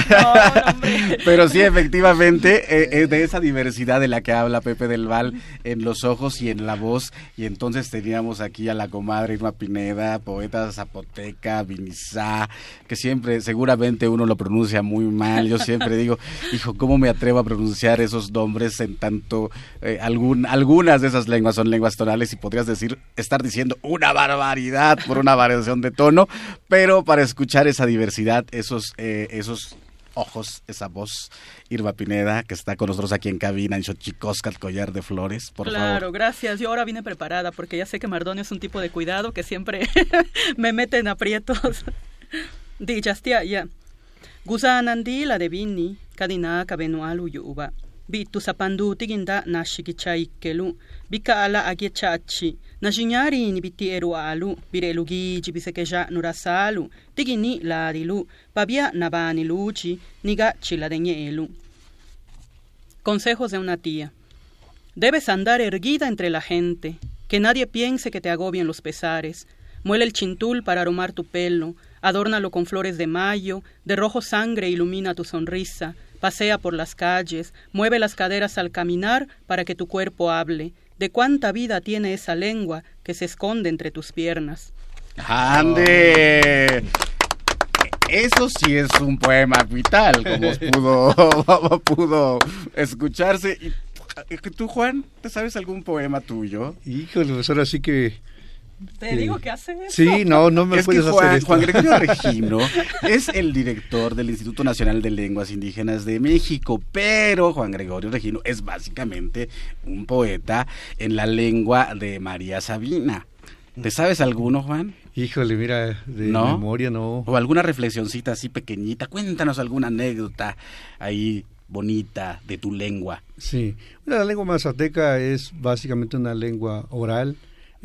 Pero sí, efectivamente, de esa diversidad de la que habla Pepe del Val en los ojos y en la voz, y entonces teníamos aquí a la comadre Irma Pineda, poeta zapoteca, vinizá, que siempre, seguramente uno lo pronuncia muy mal. Yo siempre digo, hijo, ¿cómo me atrevo a pronunciar esos nombres en tanto algunas de esas lenguas son lenguas tonales y podrías estar diciendo una barbaridad por una variación de tono, pero para escuchar esa diversidad, esos ojos, esa voz, Irma Pineda, que está con nosotros aquí en cabina en Xochicóscatl, Collar de Flores, por favor. Claro, gracias. Yo ahora vine preparada porque ya sé que Mardonio es un tipo de cuidado que siempre me mete en aprietos. Dijastia, ya. Guzanandi la de Vini, Kadina Kabenualu Yuba. Bitu sapandu tiginda nashikichai kelu. Bika ala agiechachi. Najinyari ni biti erualu. Birelugi jibisekeja nurasalu. Tigini la dilu. Babia nabani luchi. Nigachi la deñelu. Consejos de una tía. Debes andar erguida entre la gente. Que nadie piense que te agobien los pesares. Muele el chintul para aromar tu pelo. Adórnalo con flores de mayo, de rojo sangre ilumina tu sonrisa, pasea por las calles, mueve las caderas al caminar para que tu cuerpo hable. De cuánta vida tiene esa lengua que se esconde entre tus piernas. ¡Ande! Eso sí es un poema vital, como pudo escucharse. ¿Y tú, Juan, te sabes algún poema tuyo? Híjole, pues ahora sí que... Te digo que hace eso. Sí, no me puedes hacer esto. Juan Gregorio Regino es el director del Instituto Nacional de Lenguas Indígenas de México, pero Juan Gregorio Regino es básicamente un poeta en la lengua de María Sabina. ¿Te sabes alguno, Juan? Híjole, mira, de memoria no. O alguna reflexioncita así pequeñita. Cuéntanos alguna anécdota ahí bonita de tu lengua. Sí, la lengua mazateca es básicamente una lengua oral.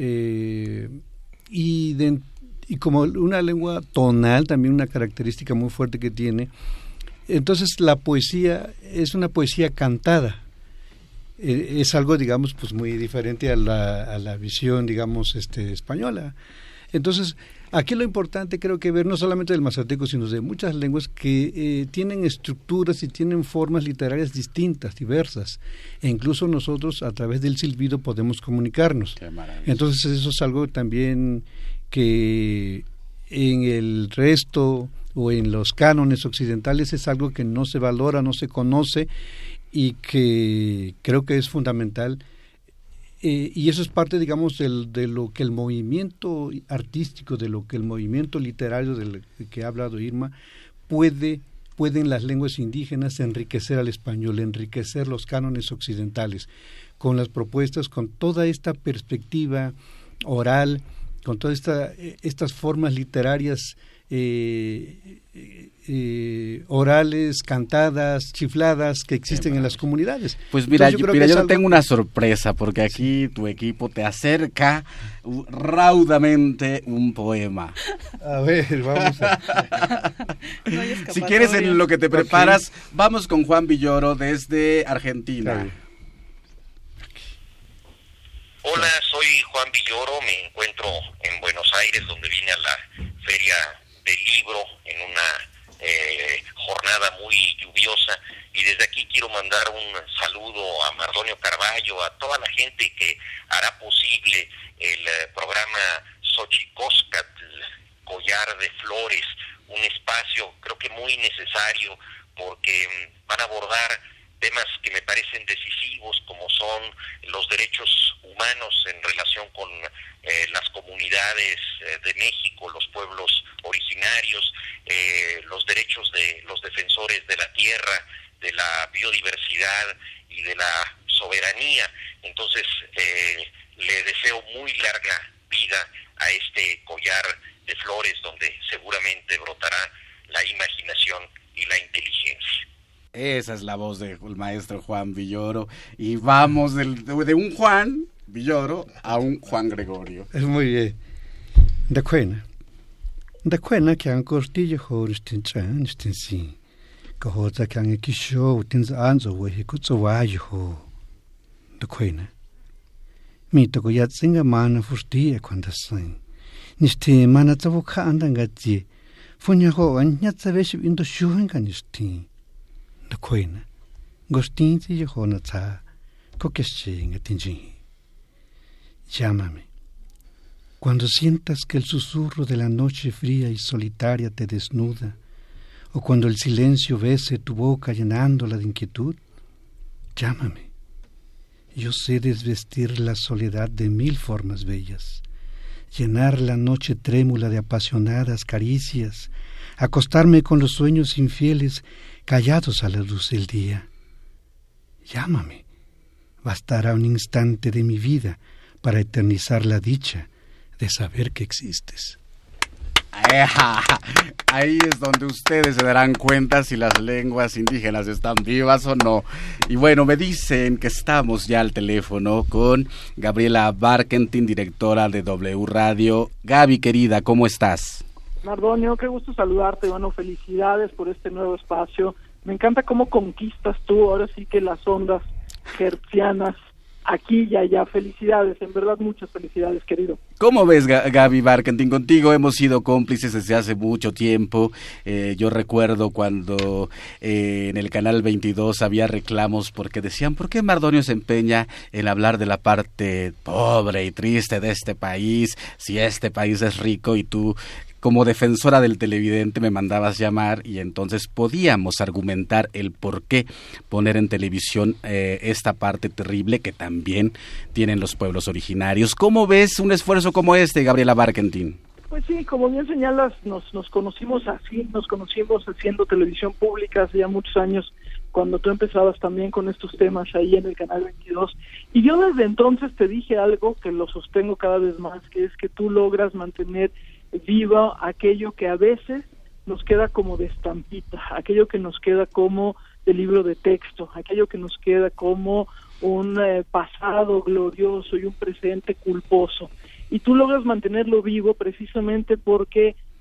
Y como una lengua tonal, también una característica muy fuerte que tiene Entonces la poesía es una poesía cantada. Es algo, digamos, pues muy diferente a la visión, digamos, española. Entonces, aquí lo importante creo que ver no solamente del mazateco, sino de muchas lenguas que tienen estructuras y tienen formas literarias distintas, diversas, e incluso nosotros a través del silbido podemos comunicarnos. Entonces eso es algo también que en el resto o en los cánones occidentales es algo que no se valora, no se conoce, y que creo que es fundamental, y eso es parte, digamos, de lo que el movimiento artístico, de lo que el movimiento literario del que ha hablado Irma, pueden las lenguas indígenas enriquecer al español, enriquecer los cánones occidentales, con las propuestas, con toda esta perspectiva oral, con todas estas formas literarias orales, cantadas, chifladas que existen en las comunidades. Pues mira, Entonces, yo tengo una sorpresa, porque aquí tu equipo te acerca raudamente un poema. A ver, vamos a... Si quieres, en lo que te preparas, vamos con Juan Villoro desde Argentina. Claro. Hola, soy Juan Villoro, me encuentro en Buenos Aires, donde vine a la Feria del Libro en una jornada muy lluviosa, y desde aquí quiero mandar un saludo a Mardonio Carballo, a toda la gente que hará posible el programa Xochicóscatl, Collar de Flores, un espacio creo que muy necesario, porque van a abordar temas que me parecen decisivos, como son los derechos humanos en relación con las comunidades de México, los pueblos originarios, los derechos de los defensores de la tierra, de la biodiversidad y de la soberanía. Entonces, le deseo muy larga vida a este collar de flores, donde seguramente brotará la imaginación y la inteligencia. Esa es la voz del maestro Juan Villoro, y vamos de un Juan Villoro a un Juan Gregorio. Es muy bien. Da cuena que han cortillo joris tin chan tin si. Kahota que han kisho tin anzo we kutso wayo. Da cuena. Mito ko yat singa mana fustia cuando sin. Niste mana tavoka andangati. Funya ho anya tsavesh indo shuhen kanisti. Da cuena. Gostinti jona ta. Kokeshinga tinji. Llámame. Cuando sientas que el susurro de la noche fría y solitaria te desnuda, o cuando el silencio bese tu boca llenándola de inquietud, llámame. Yo sé desvestir la soledad de 1000 formas bellas, llenar la noche trémula de apasionadas caricias, acostarme con los sueños infieles callados a la luz del día. Llámame. Bastará un instante de mi vida para eternizar la dicha de saber que existes. Ahí es donde ustedes se darán cuenta si las lenguas indígenas están vivas o no. Y bueno, me dicen que estamos ya al teléfono con Gabriela Barkentin, directora de W Radio. Gaby, querida, ¿cómo estás? Mardonio, qué gusto saludarte. Bueno, felicidades por este nuevo espacio. Me encanta cómo conquistas tú ahora sí que las ondas hertzianas aquí y allá. Felicidades, en verdad muchas felicidades, querido. ¿Cómo ves, Gaby Barkentin? Contigo hemos sido cómplices desde hace mucho tiempo. Yo recuerdo cuando en el Canal 22 había reclamos porque decían, ¿por qué Mardonio se empeña en hablar de la parte pobre y triste de este país, si este país es rico? Y tú, como defensora del televidente, me mandabas llamar, y entonces podíamos argumentar el por qué poner en televisión esta parte terrible que también tienen los pueblos originarios. ¿Cómo ves un esfuerzo como este, Gabriela Barkentin? Pues sí, como bien señalas, nos conocimos así, nos conocimos haciendo televisión pública hace ya muchos años, cuando tú empezabas también con estos temas ahí en el Canal 22, y yo desde entonces te dije algo que lo sostengo cada vez más, que es que tú logras mantener viva aquello que a veces nos queda como de estampita, aquello que nos queda como de libro de texto, aquello que nos queda como un pasado glorioso y un presente culposo, y tú logras mantenerlo vivo precisamente porque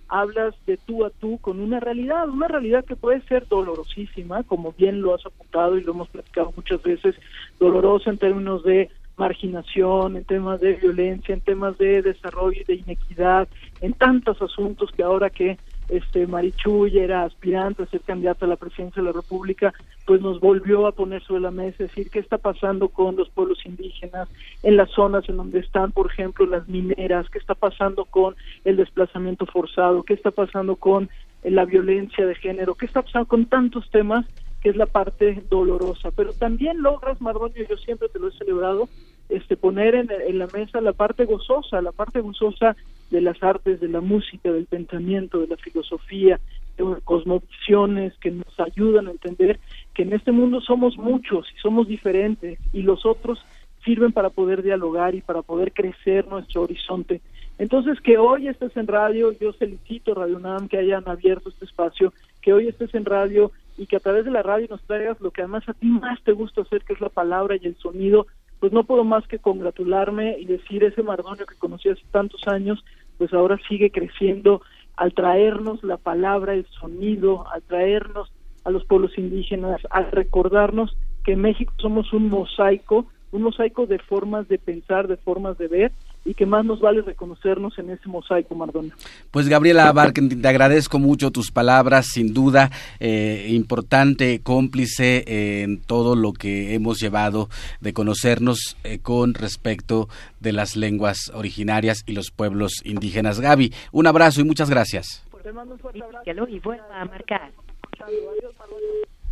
hablas de tú a tú con una realidad que puede ser dolorosísima, como bien lo has apuntado y lo hemos platicado muchas veces, dolorosa en términos de marginación, en temas de violencia, en temas de desarrollo y de inequidad, en tantos asuntos que ahora que Marichuy era aspirante a ser candidata a la presidencia de la República, pues nos volvió a poner sobre la mesa, decir qué está pasando con los pueblos indígenas en las zonas en donde están, por ejemplo, las mineras, qué está pasando con el desplazamiento forzado, qué está pasando con la violencia de género, qué está pasando con tantos temas, que es la parte dolorosa, pero también logras, Mardonio, yo siempre te lo he celebrado, poner en la mesa la parte gozosa de las artes, de la música, del pensamiento, de la filosofía, de cosmovisiones que nos ayudan a entender que en este mundo somos muchos y somos diferentes, y los otros sirven para poder dialogar y para poder crecer nuestro horizonte. Entonces, que hoy estés en radio, yo felicito a Radio UNAM que hayan abierto este espacio, que hoy estés en radio y que a través de la radio nos traigas lo que además a ti más te gusta hacer, que es la palabra y el sonido. Pues no puedo más que congratularme y decir, ese Mardonio que conocí hace tantos años, pues ahora sigue creciendo al traernos la palabra, el sonido, al traernos a los pueblos indígenas, al recordarnos que en México somos un mosaico de formas de pensar, de formas de ver, y que más nos vale reconocernos en ese mosaico, Mardonio. Pues Gabriela Barkentin, te agradezco mucho tus palabras, sin duda importante, cómplice en todo lo que hemos llevado de conocernos con respecto de las lenguas originarias y los pueblos indígenas. Gaby, un abrazo y muchas gracias. Te mando un fuerte abrazo. Y vuelva a marcar. Adiós, Mardonio.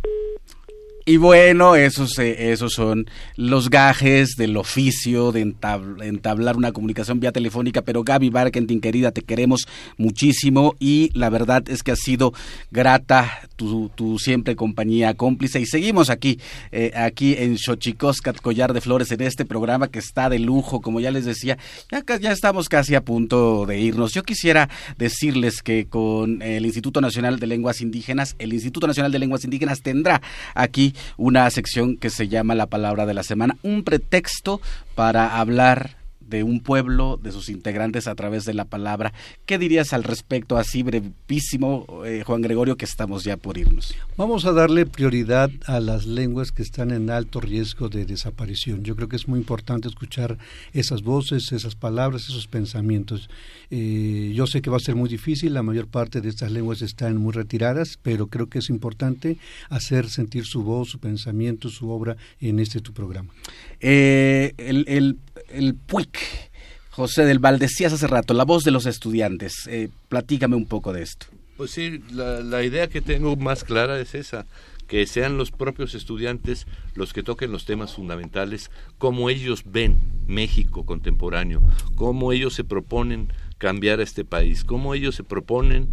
Y bueno, esos son los gajes del oficio de entablar una comunicación vía telefónica, pero Gaby Barkentin, querida, te queremos muchísimo y la verdad es que ha sido grata tu siempre compañía cómplice, y seguimos aquí en Xochicóscat, Collar de Flores, en este programa que está de lujo, como ya les decía, ya estamos casi a punto de irnos. Yo quisiera decirles que con el Instituto Nacional de Lenguas Indígenas, tendrá aquí una sección que se llama La Palabra de la Semana, un pretexto para hablar de un pueblo, de sus integrantes a través de la palabra. ¿Qué dirías al respecto, así brevísimo, Juan Gregorio, que estamos ya por irnos? Vamos a darle prioridad a las lenguas que están en alto riesgo de desaparición. Yo creo que es muy importante escuchar esas voces, esas palabras, esos pensamientos. Yo sé que va a ser muy difícil, la mayor parte de estas lenguas están muy retiradas, pero creo que es importante hacer sentir su voz, su pensamiento, su obra en tu programa. El PUIC, José del Val, decías hace rato, la voz de los estudiantes. Platícame un poco de esto. Pues sí, la idea que tengo más clara es esa, que sean los propios estudiantes los que toquen los temas fundamentales, cómo ellos ven México contemporáneo, cómo ellos se proponen cambiar a este país, cómo ellos se proponen,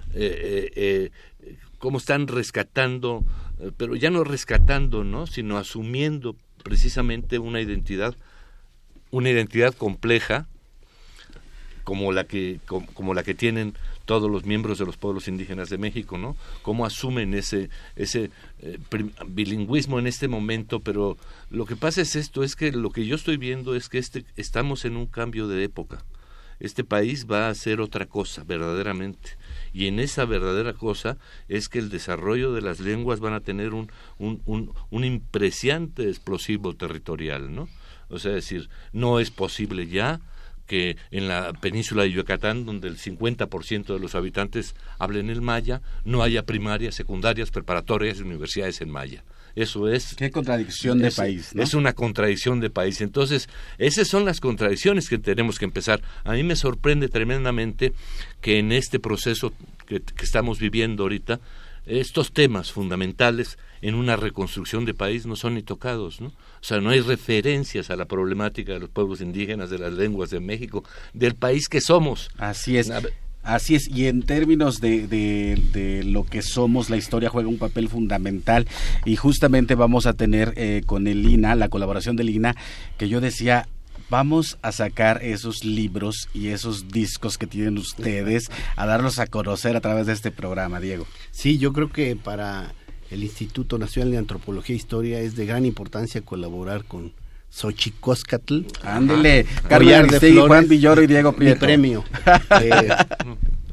cómo están rescatando, pero ya no rescatando, ¿no?, sino asumiendo precisamente una identidad compleja como la que tienen todos los miembros de los pueblos indígenas de México, ¿no? Cómo asumen ese bilingüismo en este momento, pero lo que pasa es que lo que yo estoy viendo es que estamos en un cambio de época. Este país va a hacer otra cosa verdaderamente, y en esa verdadera cosa es que el desarrollo de las lenguas van a tener un impresionante explosivo territorial, ¿no? O sea, es decir, no es posible ya que en la península de Yucatán, donde el 50% de los habitantes hablen el maya, no haya primarias, secundarias, preparatorias y universidades en maya. Eso es... Qué contradicción de país, ¿no? Es una contradicción de país. Entonces, esas son las contradicciones que tenemos que empezar. A mí me sorprende tremendamente que en este proceso que estamos viviendo ahorita, estos temas fundamentales en una reconstrucción de país no son ni tocados, ¿no? O sea, no hay referencias a la problemática de los pueblos indígenas, de las lenguas de México, del país que somos. Así es. Así es, y en términos de lo que somos, la historia juega un papel fundamental, y justamente vamos a tener con el INA, la colaboración del INA, que yo decía, vamos a sacar esos libros y esos discos que tienen ustedes, a darlos a conocer a través de este programa, Diego. Sí, yo creo que para el Instituto Nacional de Antropología e Historia es de gran importancia colaborar con Xochicóscatl. Ándele, Carlos Aristegui, Juan Villoro y Diego Prieto. Mi premio.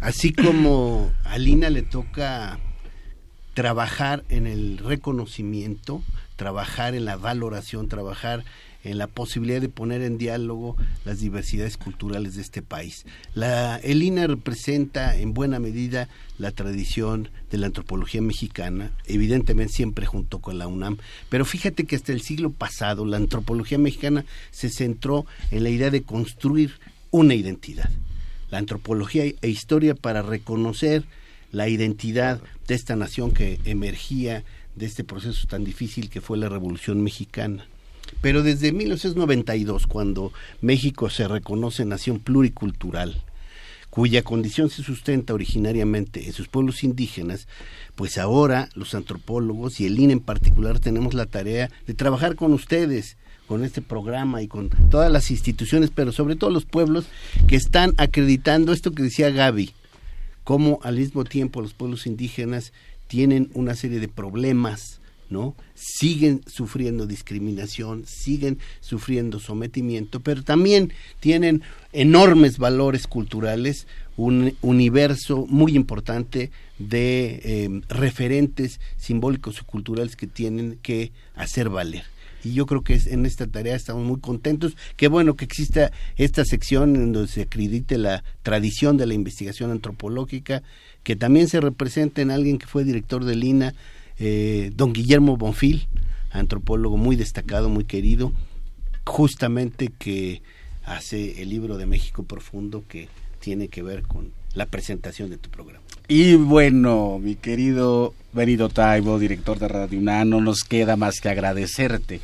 así como a Lina le toca trabajar en el reconocimiento, trabajar en la valoración, trabajar en la posibilidad de poner en diálogo las diversidades culturales de este país. El INA representa en buena medida la tradición de la antropología mexicana, evidentemente siempre junto con la UNAM, pero fíjate que hasta el siglo pasado la antropología mexicana se centró en la idea de construir una identidad. La antropología e historia para reconocer la identidad de esta nación que emergía de este proceso tan difícil que fue la Revolución Mexicana. Pero desde 1992, cuando México se reconoce nación pluricultural, cuya condición se sustenta originariamente en sus pueblos indígenas, pues ahora los antropólogos y el INA en particular tenemos la tarea de trabajar con ustedes, con este programa y con todas las instituciones, pero sobre todo los pueblos que están acreditando esto que decía Gaby, cómo al mismo tiempo los pueblos indígenas tienen una serie de problemas, ¿no? Siguen sufriendo discriminación, siguen sufriendo sometimiento, pero también tienen enormes valores culturales, un universo muy importante de referentes simbólicos y culturales que tienen que hacer valer. Y yo creo que en esta tarea estamos muy contentos. Qué bueno que exista esta sección en donde se acredite la tradición de la investigación antropológica, que también se representa en alguien que fue director del INA, don Guillermo Bonfil, antropólogo muy destacado, muy querido, justamente que hace el libro de México Profundo, que tiene que ver con la presentación de tu programa. Y bueno, mi querido Benito Taibo, director de Radio UNAM, no nos queda más que agradecerte,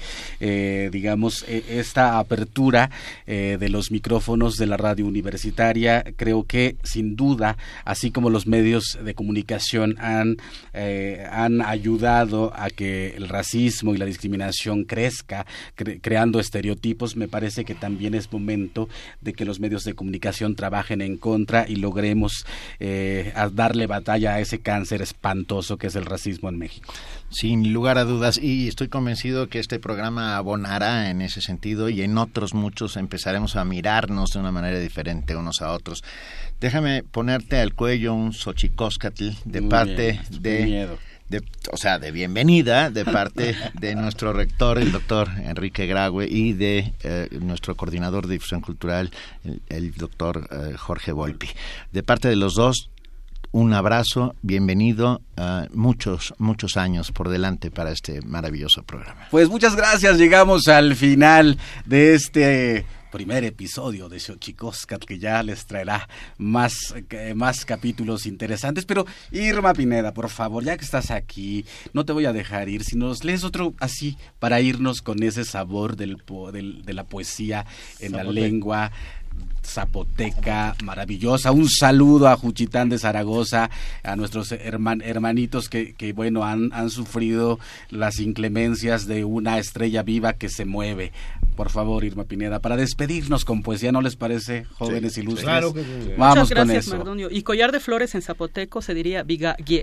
esta apertura de los micrófonos de la radio universitaria. Creo que sin duda, así como los medios de comunicación han ayudado a que el racismo y la discriminación crezca, creando estereotipos, me parece que también es momento de que los medios de comunicación trabajen en contra y logremos darle batalla a ese cáncer espantoso que es el racismo en México. Sin lugar a dudas, y estoy convencido que este programa abonará en ese sentido, y en otros muchos empezaremos a mirarnos de una manera diferente unos a otros. Déjame ponerte al cuello un Xochicóscatl de parte de bienvenida, de parte de nuestro rector, el doctor Enrique Graue, y de nuestro coordinador de difusión cultural, el doctor Jorge Volpi. De parte de los dos, un abrazo, bienvenido, muchos años por delante para este maravilloso programa. Pues muchas gracias, llegamos al final de este primer episodio de Xochicóscatl, que ya les traerá más capítulos interesantes. Pero Irma Pineda, por favor, ya que estás aquí, no te voy a dejar ir, si nos lees otro así para irnos con ese sabor de la poesía en la lengua zapoteca maravillosa. Un saludo a Juchitán de Zaragoza, a nuestros hermanitos que bueno, han sufrido las inclemencias de una estrella viva que se mueve. Por favor, Irma Pineda, para despedirnos con poesía, ¿no les parece, jóvenes ilustres? Claro que sí. Vamos. Muchas gracias, con eso. Mardonio. Y collar de flores en zapoteco se diría vigagie.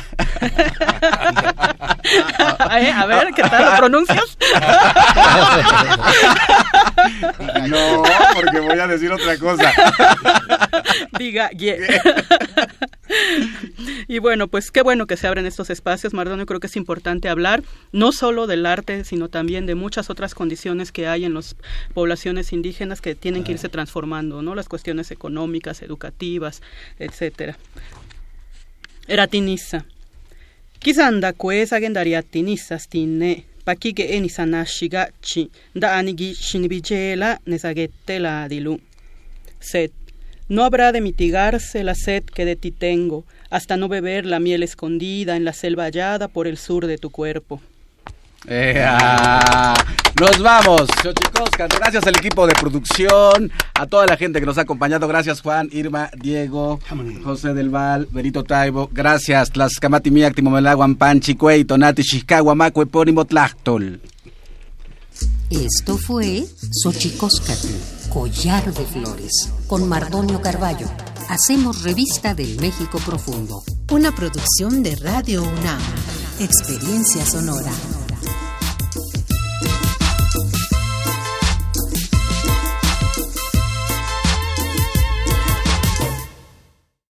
A ver, ¿qué tal lo pronuncias? No, porque voy a decir otra cosa. Vigagie. Y bueno, pues qué bueno que se abren estos espacios, Mardonio. Creo que es importante hablar no solo del arte, sino también de muchas otras condiciones que hay en las poblaciones indígenas que tienen que irse transformando, ¿no? Las cuestiones económicas, educativas, etcétera. Eratinisa. Kizanda kuesa gendaria tinisas tine pakige enisana shigachi da anigi shinibijela nesagetela dilu. Sed. No habrá de mitigarse la sed que de ti tengo, hasta no beber la miel escondida en la selva hallada por el sur de tu cuerpo. Nos vamos, Xochicóscatl. Gracias al equipo de producción, a toda la gente que nos ha acompañado. Gracias, Juan, Irma, Diego, José del Val, Benito Taibo. Gracias, Tlaxcamati Miak, Timomelaguan, Panchi, Cuey, Tonati, Xiscagua, Macue, Pónimo, Tlachtol. Esto fue Xochicóscatl, collar de flores, con Mardonio Carballo. Hacemos revista del México Profundo. Una producción de Radio UNAM. Experiencia sonora.